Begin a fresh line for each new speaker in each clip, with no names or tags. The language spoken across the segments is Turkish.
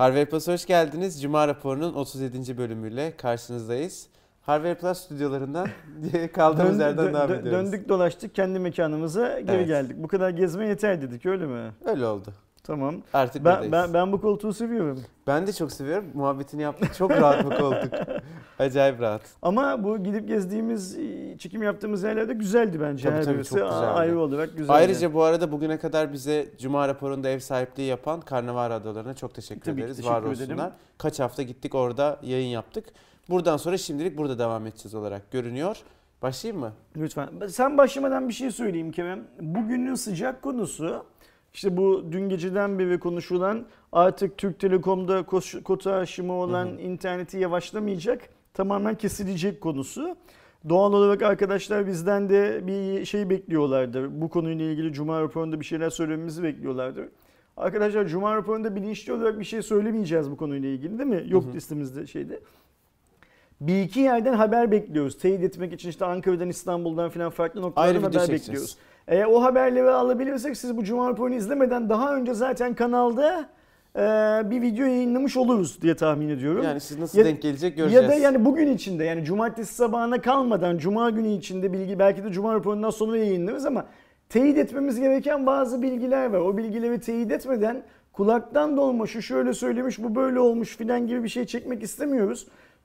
Harvard Plus'a hoş geldiniz. Cuma raporunun 37. bölümüyle karşınızdayız. Harvard Plus stüdyolarından kaldığımız yerden devam ediyoruz.
Döndük dolaştık kendi mekanımıza geri geldik. Bu kadar gezme yeter dedik, öyle mi?
Öyle oldu.
Tamam.
Artık
ben bu koltuğu seviyorum.
Ben de çok seviyorum. Muhabbetini yaptık. Çok rahat bu koltuk. Acayip rahat.
Ama bu gidip gezdiğimiz, çekim yaptığımız yerlerde güzeldi bence.
Tabii çok güzeldi.
Ayrı olarak güzeldi.
Ayrıca bu arada bugüne kadar bize Cuma raporunda ev sahipliği yapan Karnavara Adaları'na çok teşekkür ederiz.
Teşekkür
Var olsunlar. Kaç hafta gittik orada yayın yaptık. Buradan sonra şimdilik burada devam edeceğiz olarak görünüyor. Başlayayım mı?
Lütfen. Sen başlamadan bir şey söyleyeyim Kerem. Bugünün sıcak konusu, İşte bu dün geceden beri konuşulan, artık Türk Telekom'da kota aşımı olan interneti yavaşlamayacak, tamamen kesilecek konusu. Doğal olarak arkadaşlar bizden de bir şey bekliyorlardır. Bu konuyla ilgili Cuma raporunda bir şeyler söylememizi bekliyorlardır. Arkadaşlar Cuma raporunda bilinçli olarak bir şey söylemeyeceğiz bu konuyla ilgili, değil mi? Yok listemizde şeyde. Bir iki yerden haber bekliyoruz. Teyit etmek için işte Ankara'dan, İstanbul'dan falan farklı noktalardan haber bekliyoruz. Eğer o haberleri alabilirsek siz bu Cuma raporunu izlemeden daha önce zaten kanalda bir video yayınlamış oluruz diye tahmin ediyorum.
Yani siz nasıl denk gelecek göreceğiz.
Ya da yani bugün içinde, yani cumartesi sabahına kalmadan Cuma günü içinde bilgi, belki de Cuma raporundan sonra yayınlarız ama teyit etmemiz gereken bazı bilgiler var. O bilgileri teyit etmeden kulaktan dolma, şu şöyle söylemiş, bu böyle olmuş filan gibi bir şey çekmek istemiyoruz.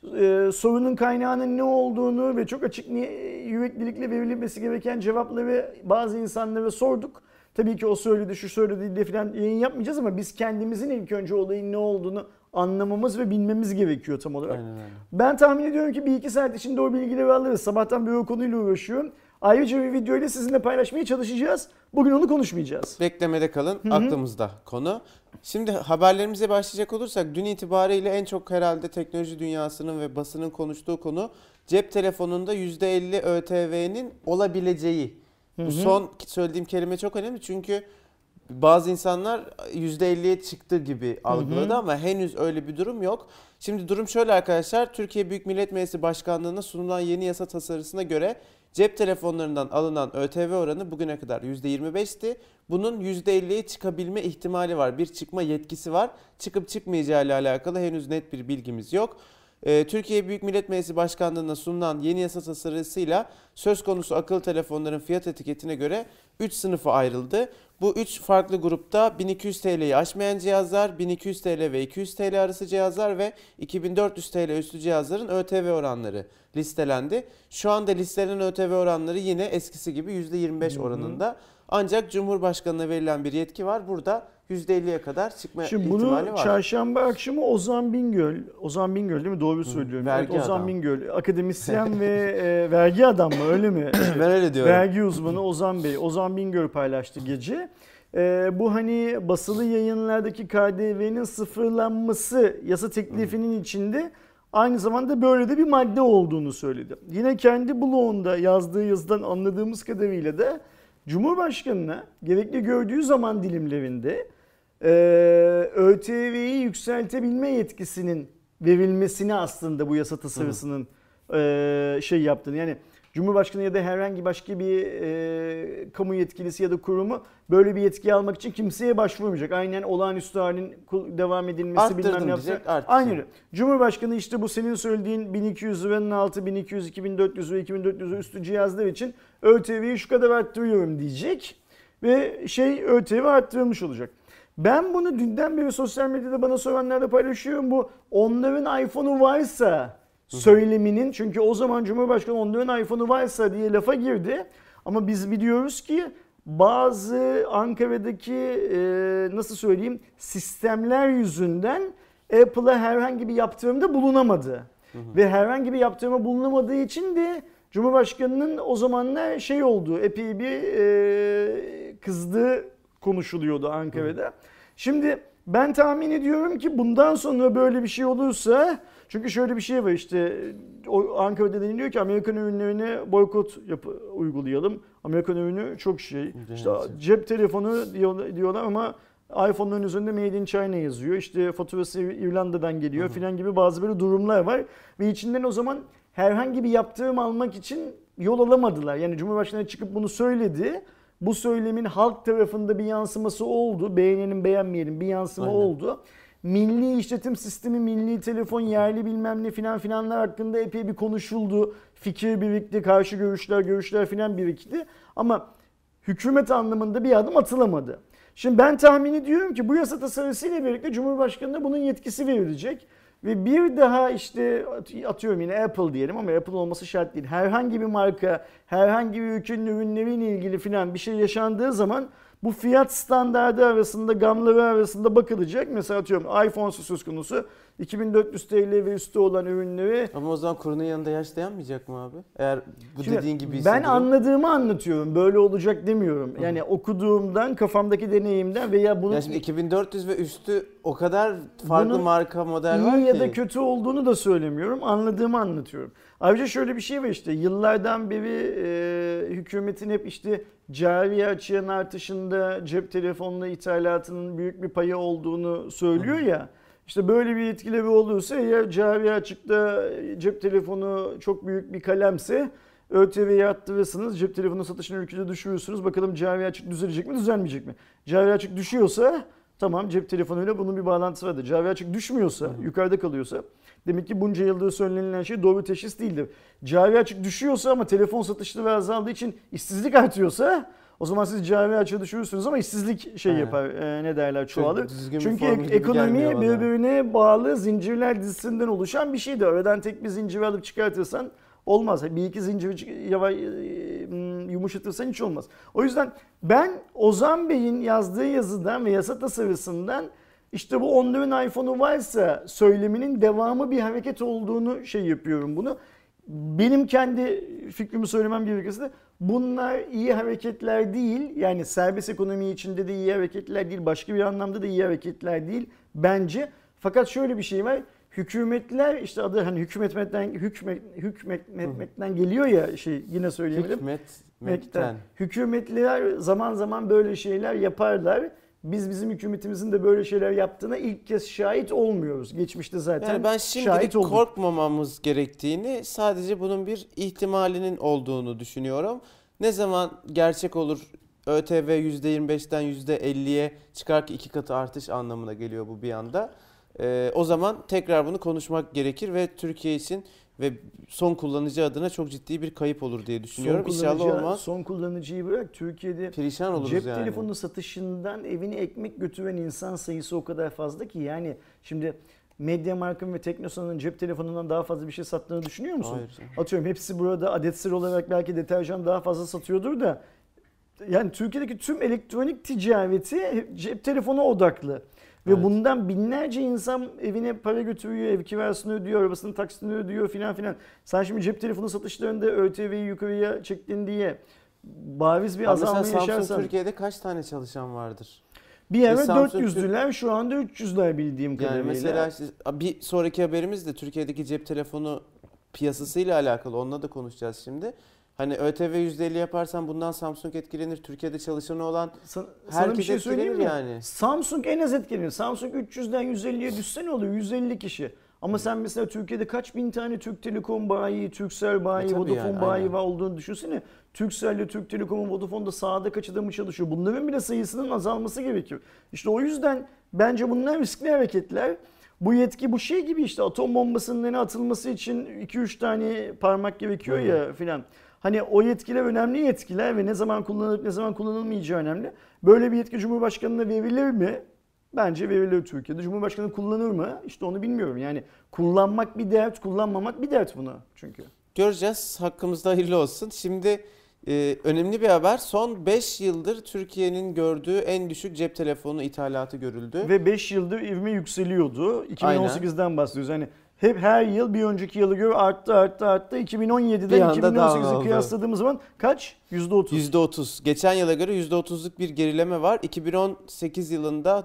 Sorunun kaynağının ne olduğunu ve çok açık yüreklilikle verilmesi gereken cevapları bazı insanlara sorduk. Tabii ki o söyledi, şu söyledi diye falan yayın yapmayacağız ama biz kendimizin ilk önce olayın ne olduğunu anlamamız ve bilmemiz gerekiyor tam olarak.
Aynen.
Ben tahmin ediyorum ki 1-2 saat içinde o bilgileri alırız. Sabahtan beri o konuyla uğraşıyorum. Ayrıca bir videoyla sizinle paylaşmaya çalışacağız. Bugün onu konuşmayacağız.
Beklemede kalın. Aklımızda konu. Şimdi haberlerimize başlayacak olursak dün itibariyle en çok herhalde teknoloji dünyasının ve basının konuştuğu konu cep telefonunda %50 ÖTV'nin olabileceği. Bu son söylediğim kelime çok önemli çünkü bazı insanlar %50'ye çıktı gibi algıladı ama henüz öyle bir durum yok. Şimdi durum şöyle arkadaşlar. Türkiye Büyük Millet Meclisi Başkanlığı'na sunulan yeni yasa tasarısına göre cep telefonlarından alınan ÖTV oranı bugüne kadar %25'ti. Bunun %50'ye çıkabilme ihtimali var. Bir çıkma yetkisi var. Çıkıp çıkmayacağı ile alakalı henüz net bir bilgimiz yok. Türkiye Büyük Millet Meclisi Başkanlığı'na sunulan yeni yasa tasarısıyla söz konusu akıllı telefonların fiyat etiketine göre 3 sınıfa ayrıldı. Bu 3 farklı grupta 1200 TL'yi aşmayan cihazlar, 1200 TL ve 200 TL arası cihazlar ve 2400 TL üstü cihazların ÖTV oranları listelendi. Şu anda listelenen ÖTV oranları yine eskisi gibi %25 oranında. Ancak Cumhurbaşkanı'na verilen bir yetki var. Burada %50'ye kadar çıkma ihtimali var.
Şimdi bunu çarşamba akşamı Ozan Bingöl değil mi? Doğru söylüyorum.
Vergi
evet, Ozan
adam.
Bingöl, akademisyen ve vergi adam mı, öyle mi?
Ben öyle diyorum.
Vergi uzmanı Ozan Bingöl paylaştı gece. Bu hani basılı yayınlardaki KDV'nin sıfırlanması yasa teklifinin içinde aynı zamanda böyle de bir madde olduğunu söyledi. Yine kendi blogunda yazdığı yazıdan anladığımız kadarıyla da Cumhurbaşkanı'na gerekli gördüğü zaman dilimlerinde ÖTV'yi yükseltebilme yetkisinin verilmesini aslında bu yasa tasarısının şey yaptığını, yani Cumhurbaşkanı ya da herhangi başka bir kamu yetkilisi ya da kurumu böyle bir yetki almak için kimseye başvurmayacak. Aynen olağanüstü halin devam edilmesi
arttırdım
bilmem ne yapacak. Aynen. Cumhurbaşkanı işte bu senin söylediğin 1200 liranın altı, 1200, 2400 ve 2400 üstü cihazlar için ÖTV'yi şu kadar arttırıyorum diyecek ve ÖTV arttırılmış olacak. Ben bunu dünden beri sosyal medyada bana soranlarla paylaşıyorum. Bu onların iPhone'u varsa söyleminin, çünkü o zaman Cumhurbaşkanı onların iPhone'u varsa diye lafa girdi. Ama biz biliyoruz ki bazı Ankara'daki nasıl söyleyeyim sistemler yüzünden Apple'a herhangi bir yaptırımda bulunamadı. Ve herhangi bir yaptırıma bulunamadığı için de Cumhurbaşkanı'nın o zamanlar oldu, epey bir kızdığı konuşuluyordu Ankara'da. Şimdi ben tahmin ediyorum ki bundan sonra böyle bir şey olursa, çünkü şöyle bir şey var, işte Ankara'da deniliyor ki Amerikan ürünlerine boykot uygulayalım. Amerikan ürünü çok işte cep telefonu diyorlar ama iPhone'ların üzerinde Made in China yazıyor. İşte faturası İrlanda'dan geliyor filan gibi bazı böyle durumlar var. Ve içinden o zaman herhangi bir yaptırım almak için yol alamadılar. Yani Cumhurbaşkanı çıkıp bunu söyledi. Bu söylemin halk tarafında bir yansıması oldu. Beğenelim beğenmeyelim bir yansıma oldu. milli işletim sistemi, milli telefon, yerli bilmem ne filan filanlar hakkında epey bir konuşuldu. Fikir birikti, karşı görüşler filan birikti. Ama hükümet anlamında bir adım atılamadı. Şimdi ben tahmin ediyorum ki bu yasa tasarısıyla birlikte Cumhurbaşkanı'na bunun yetkisi verilecek. Ve bir daha işte atıyorum yine Apple diyelim ama Apple olması şart değil. Herhangi bir marka, herhangi bir ülkenin ürünleriyle ilgili filan bir şey yaşandığı zaman bu fiyat standardı arasında, gamları arasında bakılacak. Mesela atıyorum iPhone söz konusu 2400 TL ve üstü olan ürünleri.
Ama o zaman kurunun yanında yaş dayanmayacak mı abi? Eğer bu
Şimdi
dediğin gibi
ben anladığımı anlatıyorum. Böyle olacak demiyorum. Yani okuduğumdan, kafamdaki deneyimden veya bunu...
Ya şimdi 2400 ve üstü o kadar farklı marka model var ki.
İyi ya da kötü olduğunu da söylemiyorum. Anladığımı anlatıyorum. Ayrıca şöyle bir şey var işte. Yıllardan beri hükümetin hep işte cari açığın artışında cep telefonla ithalatının büyük bir payı olduğunu söylüyor ya. İşte böyle bir etkileri olursa ya cari açıkta cep telefonu çok büyük bir kalemse ÖTV'yi arttırırsınız, cep telefonu satışını ülkede düşürürsünüz. Bakalım cari açık düzelecek mi, düzelmeyecek mi? Cari açık düşüyorsa tamam, cep telefonuyla bunun bir bağlantısı vardır. Cari açık düşmüyorsa, yukarıda kalıyorsa demek ki bunca yıldır söylenilen şey doğru teşhis değildir. Cari açık düşüyorsa ama telefon satışları azaldığı için işsizlik artıyorsa o zaman siz cari açığı düşürürsünüz ama işsizlik yapar, ne derler, çoğalır. Çünkü ekonomi birbirine bağlı zincirler dizisinden oluşan bir şeydi. Aradan tek bir zinciri alıp çıkartırsan olmaz. Bir iki zinciri yumuşatırsan hiç olmaz. O yüzden ben Ozan Bey'in yazdığı yazıdan ve yasa tasarısından işte bu onların iPhone'u varsa söyleminin devamı bir hareket olduğunu yapıyorum bunu. Benim kendi fikrimi söylemem gerekirse de bunlar iyi hareketler değil. Yani serbest ekonomi içinde de iyi hareketler değil. Başka bir anlamda da iyi hareketler değil bence. Fakat şöyle bir şey var. Hükümetler işte adı hani hükmetmekten geliyor ya yine söyleyebilirim. Hükmetmekten. Hükümetler zaman zaman böyle şeyler yaparlar. Bizim hükümetimizin de böyle şeyler yaptığına ilk kez şahit olmuyoruz. Geçmişte zaten
yani ben
şahit olduk.
Korkmamamız gerektiğini, sadece bunun bir ihtimalinin olduğunu düşünüyorum. Ne zaman gerçek olur, ÖTV %25'ten %50'ye çıkar ki 2 katı artış anlamına geliyor bu bir anda. O zaman tekrar bunu konuşmak gerekir ve Türkiye için ve son kullanıcı adına çok ciddi bir kayıp olur diye düşünüyorum. İnşallah olmaz.
Son kullanıcıyı bırak, Türkiye'de
perişan oluruz
cep
yani.
telefonu satışından evine ekmek götüren insan sayısı o kadar fazla ki yani şimdi MediaMarkt'ın ve Teknosa'nın cep telefonundan daha fazla bir şey sattığını düşünüyor musun?
Hayır.
Atıyorum hepsi burada adetsel olarak belki deterjan daha fazla satıyordur da yani Türkiye'deki tüm elektronik ticareti cep telefonu odaklı. Ve evet, bundan binlerce insan evine para götürüyor, ev kirasını ödüyor, arabasının taksitini ödüyor filan filan. Sen şimdi cep telefonu satışlarında ÖTV'yi yukarıya çektin diye bariz bir azalma yaşarsan.
Samsung Türkiye'de kaç tane çalışan vardır?
Bir ara 400'lüler, şu anda 300'ler bildiğim kadarıyla.
Yani mesela bir sonraki haberimiz de Türkiye'deki cep telefonu piyasasıyla alakalı. Onunla da konuşacağız şimdi. Hani ÖTV %50 yaparsan bundan Samsung etkilenir. Türkiye'de çalışanı olan herkes etkilenir yani.
Samsung en az etkilenir. Samsung 300'den 150'ye düşse ne oluyor? 150 kişi. Ama sen mesela Türkiye'de kaç bin tane Türk Telekom bayi, Turkcell bayi, Vodafone bayi var olduğunu düşünsene. Turkcell ile Türk Telekom'un Vodafone'da sahada kaç adamı çalışıyor? Bunların bile sayısının azalması gerekiyor. İşte o yüzden bence bunlar riskli hareketler. Bu yetki bu şey gibi işte atom bombasının atılması için 2-3 tane parmak gerekiyor ya filan. Hani o yetkiler önemli yetkiler ve ne zaman kullanılıp ne zaman kullanılmayacağı önemli. Böyle bir yetki Cumhurbaşkanı'na verilir mi? Bence verilir Türkiye'de. Cumhurbaşkanı kullanır mı? İşte onu bilmiyorum. Yani kullanmak bir dert, kullanmamak bir dert bunu çünkü.
Göreceğiz. Hakkımızda hayırlı olsun. Şimdi önemli bir haber. Son 5 yıldır Türkiye'nin gördüğü en düşük cep telefonu ithalatı görüldü.
Ve 5 yıldır ivme yükseliyordu. 2018'den bahsediyoruz. Yani hep her yıl bir önceki yılı göre arttı. 2017'den 2018'i kıyasladığımız zaman kaç? %30.
%30. Geçen yıla göre %30'luk bir gerileme var. 2018 yılında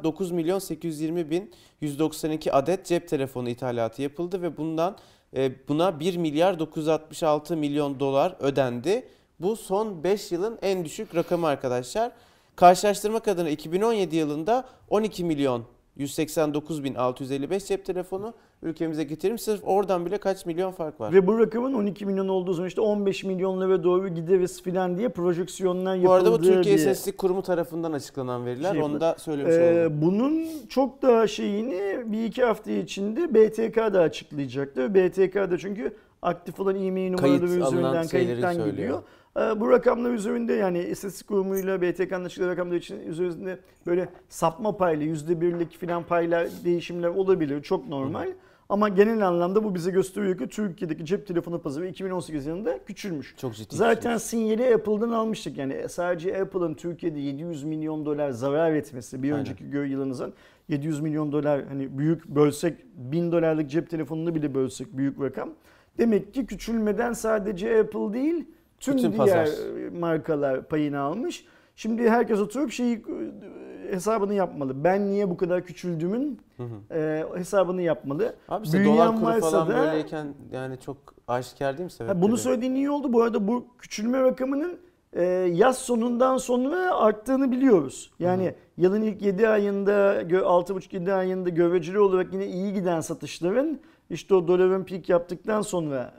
9.082.192 adet cep telefonu ithalatı yapıldı ve buna 1 milyar 966 milyon dolar ödendi. Bu son 5 yılın en düşük rakamı arkadaşlar. Karşılaştırmak adına 2017 yılında 12 milyon 189.655 cep telefonu ülkemize getirilmiş. Sırf oradan bile kaç milyon fark var.
Ve bu rakamın 12 milyon olduğu zaman işte 15 milyonlara doğru gideriz filan diye projeksiyonlar yapıldığı
Bu arada bu Türkiye
diye.
İstatistik Kurumu tarafından açıklanan veriler.
Şey,
Onu da söylemiş olalım.
Bunun çok daha şeyini bir iki hafta içinde BTK da açıklayacaktır. BTK da çünkü aktif olan e-mail numaraları üzerinden kayıttan gidiyor. Bu rakamlar üzerinde yani İstatistik Kurumu'yla BTK'nın açıkladığı rakamlar için üzerinde böyle sapma paylı %1'lik filan paylar değişimler olabilir. Çok normal. Ama genel anlamda bu bize gösteriyor ki Türkiye'deki cep telefonu pazarı 2018 yılında küçülmüş.
Çok ciddi.
Zaten sinyali Apple'dan almıştık. Yani sadece Apple'ın Türkiye'de 700 milyon dolar zarar etmesi bir önceki yılınızın 700 milyon dolar hani büyük bölsek 1000 dolarlık cep telefonunu bile bölsek büyük rakam. Demek ki küçülmeden sadece Apple değil tüm
bütün
diğer
pazar
markalar payını almış. Şimdi herkes oturup hesabını yapmalı. Ben niye bu kadar küçüldüğümün hesabını yapmalı.
Abi işte
Büyüyen
dolar kuru
varsa
falan
da,
böyleyken yani çok aşikar değil mi sebepleri?
bunu söylediğin iyi oldu. Bu arada bu küçülme rakamının yaz sonundan sonra arttığını biliyoruz. Yani yılın ilk 7 ayında 6,5-7 ayında göreceli olarak yine iyi giden satışların işte o doların peak yaptıktan sonra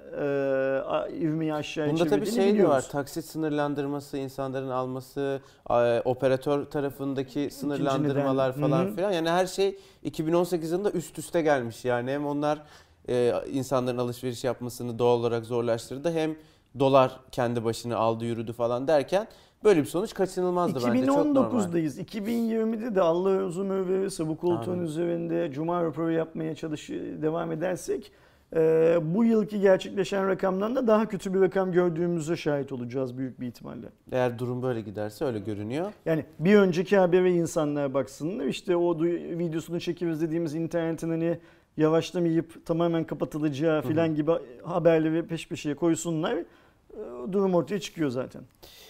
ivmeyi aşağıya
bunda
çevirdiğini
tabii şey de
biliyoruz.
var. Taksit sınırlandırması, insanların alması, operatör tarafındaki sınırlandırmalar falan filan. Yani her şey 2018 yılında üst üste gelmiş. Yani hem onlar insanların alışveriş yapmasını doğal olarak zorlaştırdı. Hem dolar kendi başına aldı yürüdü falan derken böyle bir sonuç kaçınılmazdı bence. Çok normal.
2019'dayız. 2020'de de Allah uzun ömür verirse bu koltuğun üzerinde Cuma raporu yapmaya devam edersek bu yılki gerçekleşen rakamdan da daha kötü bir rakam gördüğümüze şahit olacağız büyük bir ihtimalle.
Eğer durum böyle giderse öyle görünüyor.
Yani bir önceki habere insanlar baksınlar. İşte o videosunu çekeriz dediğimiz internetin hani yavaşlamayıp tamamen kapatılacağı filan gibi haberleri peş peşe koysunlar. Durum ortaya çıkıyor zaten.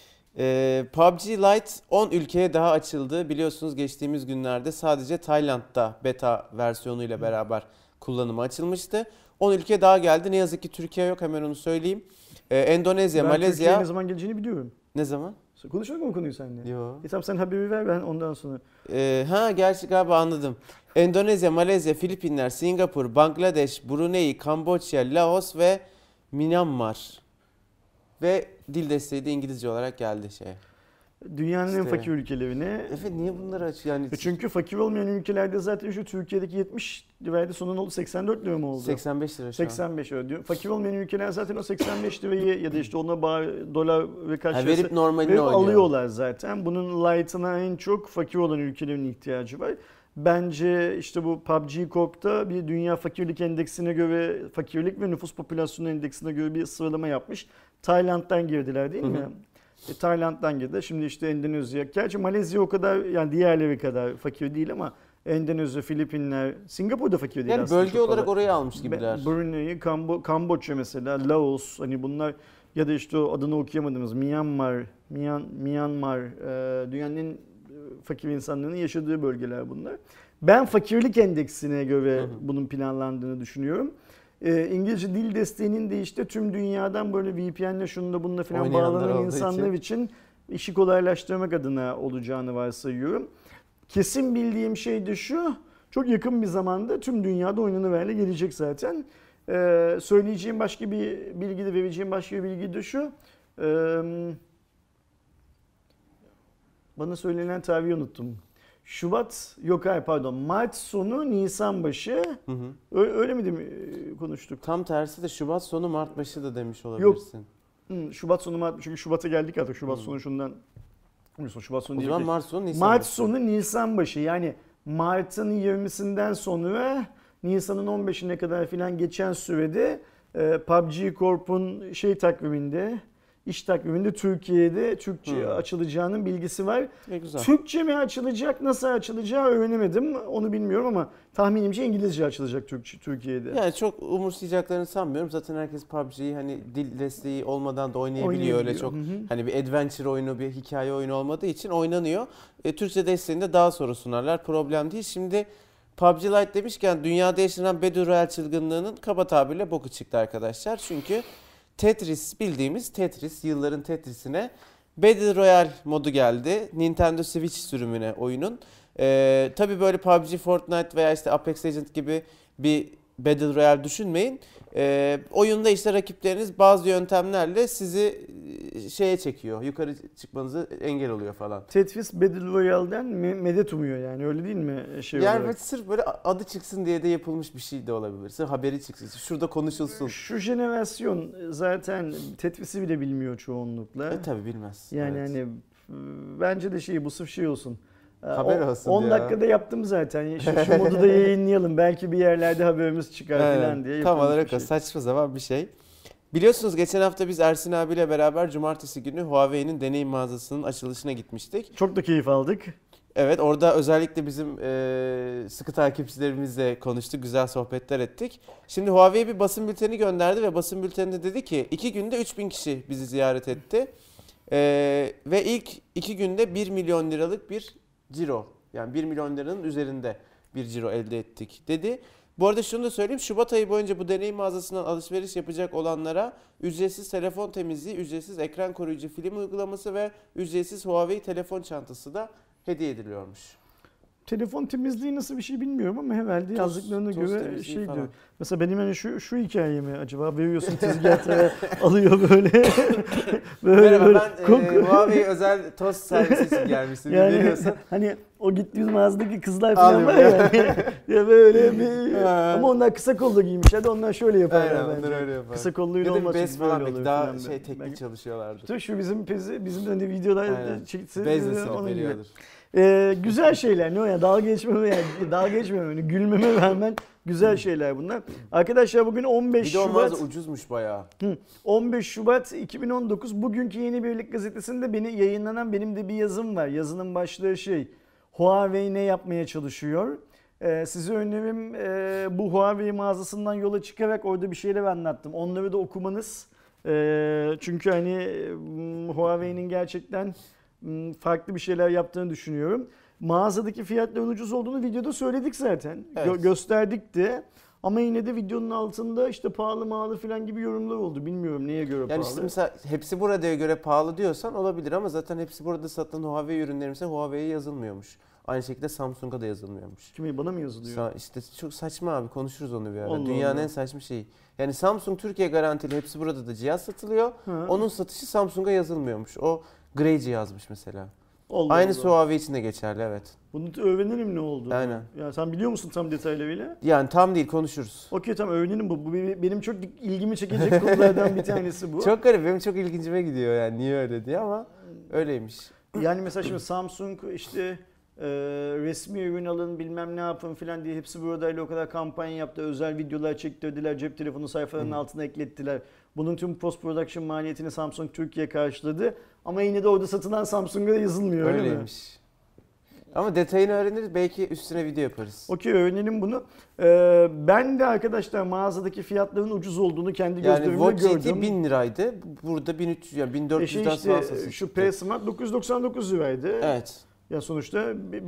PUBG Lite 10 ülkeye daha açıldı. Biliyorsunuz geçtiğimiz günlerde sadece Tayland'da beta versiyonuyla beraber kullanıma açılmıştı. 10 ülke daha geldi. Ne yazık ki Türkiye yok, hemen onu söyleyeyim. Endonezya,
Ben
Malezya.
Türkiye'ye ne zaman geleceğini biliyorum.
Ne zaman?
Konuşalım mı o konuyu seninle?
Yok.
Tamam sen haberi ver ben ondan sonra.
Gerçi galiba anladım. Endonezya, Malezya, Filipinler, Singapur, Bangladeş, Brunei, Kamboçya, Laos ve Myanmar. Ve dil desteği de İngilizce olarak geldi şeye.
Dünyanın en
İşte.
fakir ülkelerine.
Evet, niye bunları açıyor? Yani
Çünkü fakir olmayan ülkelerde zaten şu Türkiye'deki 70 liraydı sonun oldu 84 lira mı oldu?
85 lira şu an.
85 öyle diyor. Fakir olmayan ülkeler zaten o 85 lirayı ya da işte ona dolar ve kaç
verip normalini oynuyor.
alıyorlar zaten. Bunun light'ına en çok fakir olan ülkelerin ihtiyacı var. Bence işte bu PUBG Corp'ta bir dünya fakirlik endeksine göre, fakirlik ve nüfus popülasyonu endeksine göre bir sıralama yapmış. Tayland'dan girdiler değil mi? Tayland'dan girdi. Şimdi işte Endonezya. Gerçi Malezya o kadar yani diğerleri kadar fakir değil ama Endonezya, Filipinler, Singapur da fakir değil
yani
aslında.
bölge olarak oraya almış gibiler.
Brunei, Kamboçya mesela, Laos hani bunlar ya da işte o adını okuyamadığımız Myanmar, dünyanın en fakir insanların yaşadığı bölgeler bunlar. Ben fakirlik endeksine göre bunun planlandığını düşünüyorum. İngilizce dil desteğinin de işte tüm dünyadan böyle VPN'le şununla bununla falan bağlanan insanlar için işi kolaylaştırmak adına olacağını varsayıyorum. Kesin bildiğim şey de şu, çok yakın bir zamanda tüm dünyada oynanıverle gelecek zaten. Söyleyeceğim başka bir bilgi de vereceğim başka bir bilgi de şu. Bana söylenen tarihi unuttum. Mart sonu Nisan başı. Öyle mi konuştuk?
Tam tersi de Şubat sonu Mart başı da demiş olabilirsin.
Yok. Şubat sonu Mart, çünkü Şubat'a geldik artık. Şubat sonu şundan. Şubat sonu
o zaman Mart sonu Nisan
Mart
başı.
sonu Nisan başı. Yani Mart'ın 20'sinden sonra Nisan'ın 15'ine kadar filan geçen sürede PUBG Corp'un takviminde, İş takviminde Türkiye'de Türkçe açılacağının bilgisi var.
Güzel.
Türkçe mi açılacak, nasıl açılacağı öğrenemedim. Onu bilmiyorum ama tahminimce İngilizce açılacak Türkiye'de.
Yani çok umursayacaklarını sanmıyorum. Zaten herkes PUBG'yi hani dil desteği olmadan da oynayabiliyor. Öyle çok hani bir adventure oyunu, bir hikaye oyunu olmadığı için oynanıyor. Türkçe desteğini de daha sonra sunarlar. Problem değil. Şimdi PUBG Lite demişken dünyada yaşanan Battle Royale çılgınlığının kaba tabirle boku çıktı arkadaşlar. Çünkü Tetris, bildiğimiz Tetris, yılların Tetris'ine Battle Royale modu geldi. Nintendo Switch sürümüne oyunun. Tabii böyle PUBG, Fortnite veya işte Apex Legends gibi bir Battle Royale düşünmeyin. Oyunda işte rakipleriniz bazı yöntemlerle sizi şeye çekiyor. Yukarı çıkmanızı engel oluyor falan.
Tetris Battle Royale'den medet umuyor yani, öyle değil mi?
Yani olarak. Sırf böyle adı çıksın diye de yapılmış bir şey de olabilir. Sırf haberi çıksın. Şurada konuşulsun.
Şu jenerasyon zaten Tetris'i bile bilmiyor çoğunlukla.
Tabii bilmez.
Yani
evet.
Hani bence de bu sırf şey olsun.
Haber olsun
10 dakikada yaptım zaten. Şu modu da yayınlayalım. Belki bir yerlerde haberimiz çıkar falan diye.
Tam olarak o saçma zaman bir şey. Biliyorsunuz geçen hafta biz Ersin abiyle beraber cumartesi günü Huawei'nin deneyim mağazasının açılışına gitmiştik.
Çok da keyif aldık.
Evet, orada özellikle bizim sıkı takipçilerimizle konuştuk, güzel sohbetler ettik. Şimdi Huawei bir basın bülteni gönderdi ve basın bülteninde dedi ki 2 günde 3000 kişi bizi ziyaret etti. Ve ilk 2 günde 1 milyon liralık bir ciro, yani 1 milyon liranın üzerinde bir ciro elde ettik dedi. Bu arada şunu da söyleyeyim, Şubat ayı boyunca bu deneyim mağazasından alışveriş yapacak olanlara ücretsiz telefon temizliği, ücretsiz ekran koruyucu film uygulaması ve ücretsiz Huawei telefon çantası da hediye ediliyormuş.
Telefon temizliği nasıl bir şey bilmiyorum ama herhalde yazdıklarına göre şey diyor. Mesela benim hani şu hikayemi acaba veriyorsun tezgahlara alıyor böyle.
Merhaba, ben Huawei özel tost servisi için gelmiştim.
Yani
veriyorsun.
Hani o gittiğimiz mağazadaki kızlar falan var ya. Ya böyle bir ama onlar kısa kollu giymişler de onlar şöyle yaparlar
Aynen,
bence.
Onlar öyle yapar.
Kısa kolluyla olmaz.
Ya da bez falan belki daha
falan
teknik çalışıyorlardır.
Tabii şu bizim de hani videolar çekti.
Bezle silip veriyordur.
Güzel şeyler, ne o ya, dalga geçmeme, gülmeme rağmen güzel şeyler bunlar. Arkadaşlar bugün 15 Şubat. Bir de o mağaza
ucuzmuş bayağı.
15 Şubat 2019. Bugünkü Yeni Birlik gazetesinde yayınlanan benim de bir yazım var. Yazının başlığı Huawei ne yapmaya çalışıyor? Size önerim bu Huawei mağazasından yola çıkarak orada bir şeyler anlattım. Onları da okumanız. Çünkü hani Huawei'nin gerçekten farklı bir şeyler yaptığını düşünüyorum. Mağazadaki fiyatların ucuz olduğunu videoda söyledik zaten. Evet. Gösterdik de. Ama yine de videonun altında işte pahalı falan gibi yorumlar oldu. Bilmiyorum neye göre pahalı.
Yani işte mesela hepsi burada'ya göre pahalı diyorsan olabilir ama zaten hepsi burada satılan Huawei ürünleri mesela Huawei'ye yazılmıyormuş. Aynı şekilde Samsung'a da yazılmıyormuş.
Kime, bana mı yazılıyor?
İşte çok saçma abi, konuşuruz onu bir ara.
Allah
Dünyanın
Allah.
En saçma şeyi. Yani Samsung Türkiye garantili hepsi burada da cihaz satılıyor. Onun satışı Samsung'a yazılmıyormuş. O Grey cihazmış mesela. Aynısı Huawei için de geçerli, evet.
Bunu öğrenelim ne oldu.
Aynen.
Ya sen biliyor musun tam detaylarıyla?
Yani tam değil, konuşuruz.
Okey, tamam, öğrenelim bu. Bu benim çok ilgimi çekecek konulardan bir tanesi bu.
Çok garip, benim çok ilgincime gidiyor yani niye öyle diye ama öyleymiş.
Yani mesela şimdi Samsung işte resmi ürün alın bilmem ne yapın falan diye hepsi buradayla o kadar kampanya yaptı. Özel videolar çektirdiler. Cep telefonu sayfalarının altına eklettiler. Bunun tüm post production maliyetini Samsung Türkiye karşıladı. Ama yine de orada satılan Samsung'a da yazılmıyor, öyle mi?
Öyleymiş. Ama detayını öğreniriz, belki üstüne video yaparız.
Okey, öğrenelim bunu. Ben de arkadaşlar mağazadaki fiyatların ucuz olduğunu kendi gözlerimle gördüm.
Yani Watch GT 1000 liraydı. Burada 1300, yani 1400'den sonra satıldı.
Şu P Smart 999 liraydı.
Evet.
Ya sonuçta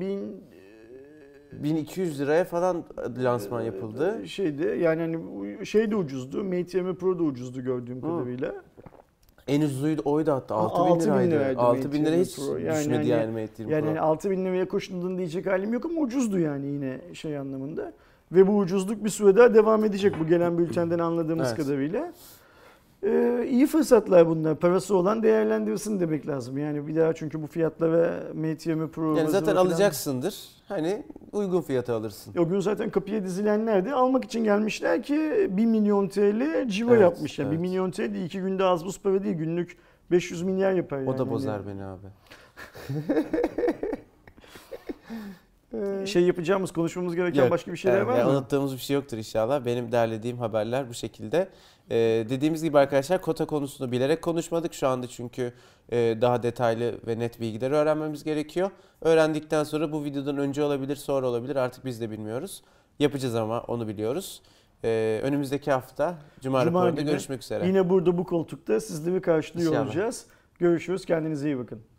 1200 liraya falan lansman yapıldı.
Yani hani şey de ucuzdu. Mate 20 Pro da ucuzdu gördüğüm kadarıyla.
En ucuzuydu oydu hatta, 6000 liraydı. 6000 lira hiç düşmedi yani Mate 20 Pro.
Yani 6000 liraya koştuğunu diyecek halim yok ama ucuzdu yani yine şey anlamında. Ve bu ucuzluk bir süre daha devam edecek bu gelen bültenden anladığımız kadarıyla. İyi fırsatlar bunlar. Parası olan değerlendirsin demek lazım. Yani bir daha, çünkü bu fiyatlara Mate 20 Pro...
Yani zaten alacaksındır. Hani uygun fiyata alırsın.
O gün zaten kapıya dizilenler de almak için gelmişler ki 1 milyon TL civa yapmış. Yani 1 milyon TL de 2 günde az buz para değil. Günlük 500 milyar yapar yani.
O da bozar beni abi.
Yapacağımız, konuşmamız gereken başka bir şeyler var mı?
Unuttuğumuz bir şey yoktur inşallah. Benim derlediğim haberler bu şekilde. Dediğimiz gibi arkadaşlar, kota konusunu bilerek konuşmadık şu anda çünkü daha detaylı ve net bilgileri öğrenmemiz gerekiyor. Öğrendikten sonra bu videodan önce olabilir, sonra olabilir, artık biz de bilmiyoruz. Yapacağız ama onu biliyoruz. Önümüzdeki hafta Cuma raporunda görüşmek üzere.
Yine burada bu koltukta sizleri karşılıyor olacağız. Görüşürüz, kendinize iyi bakın.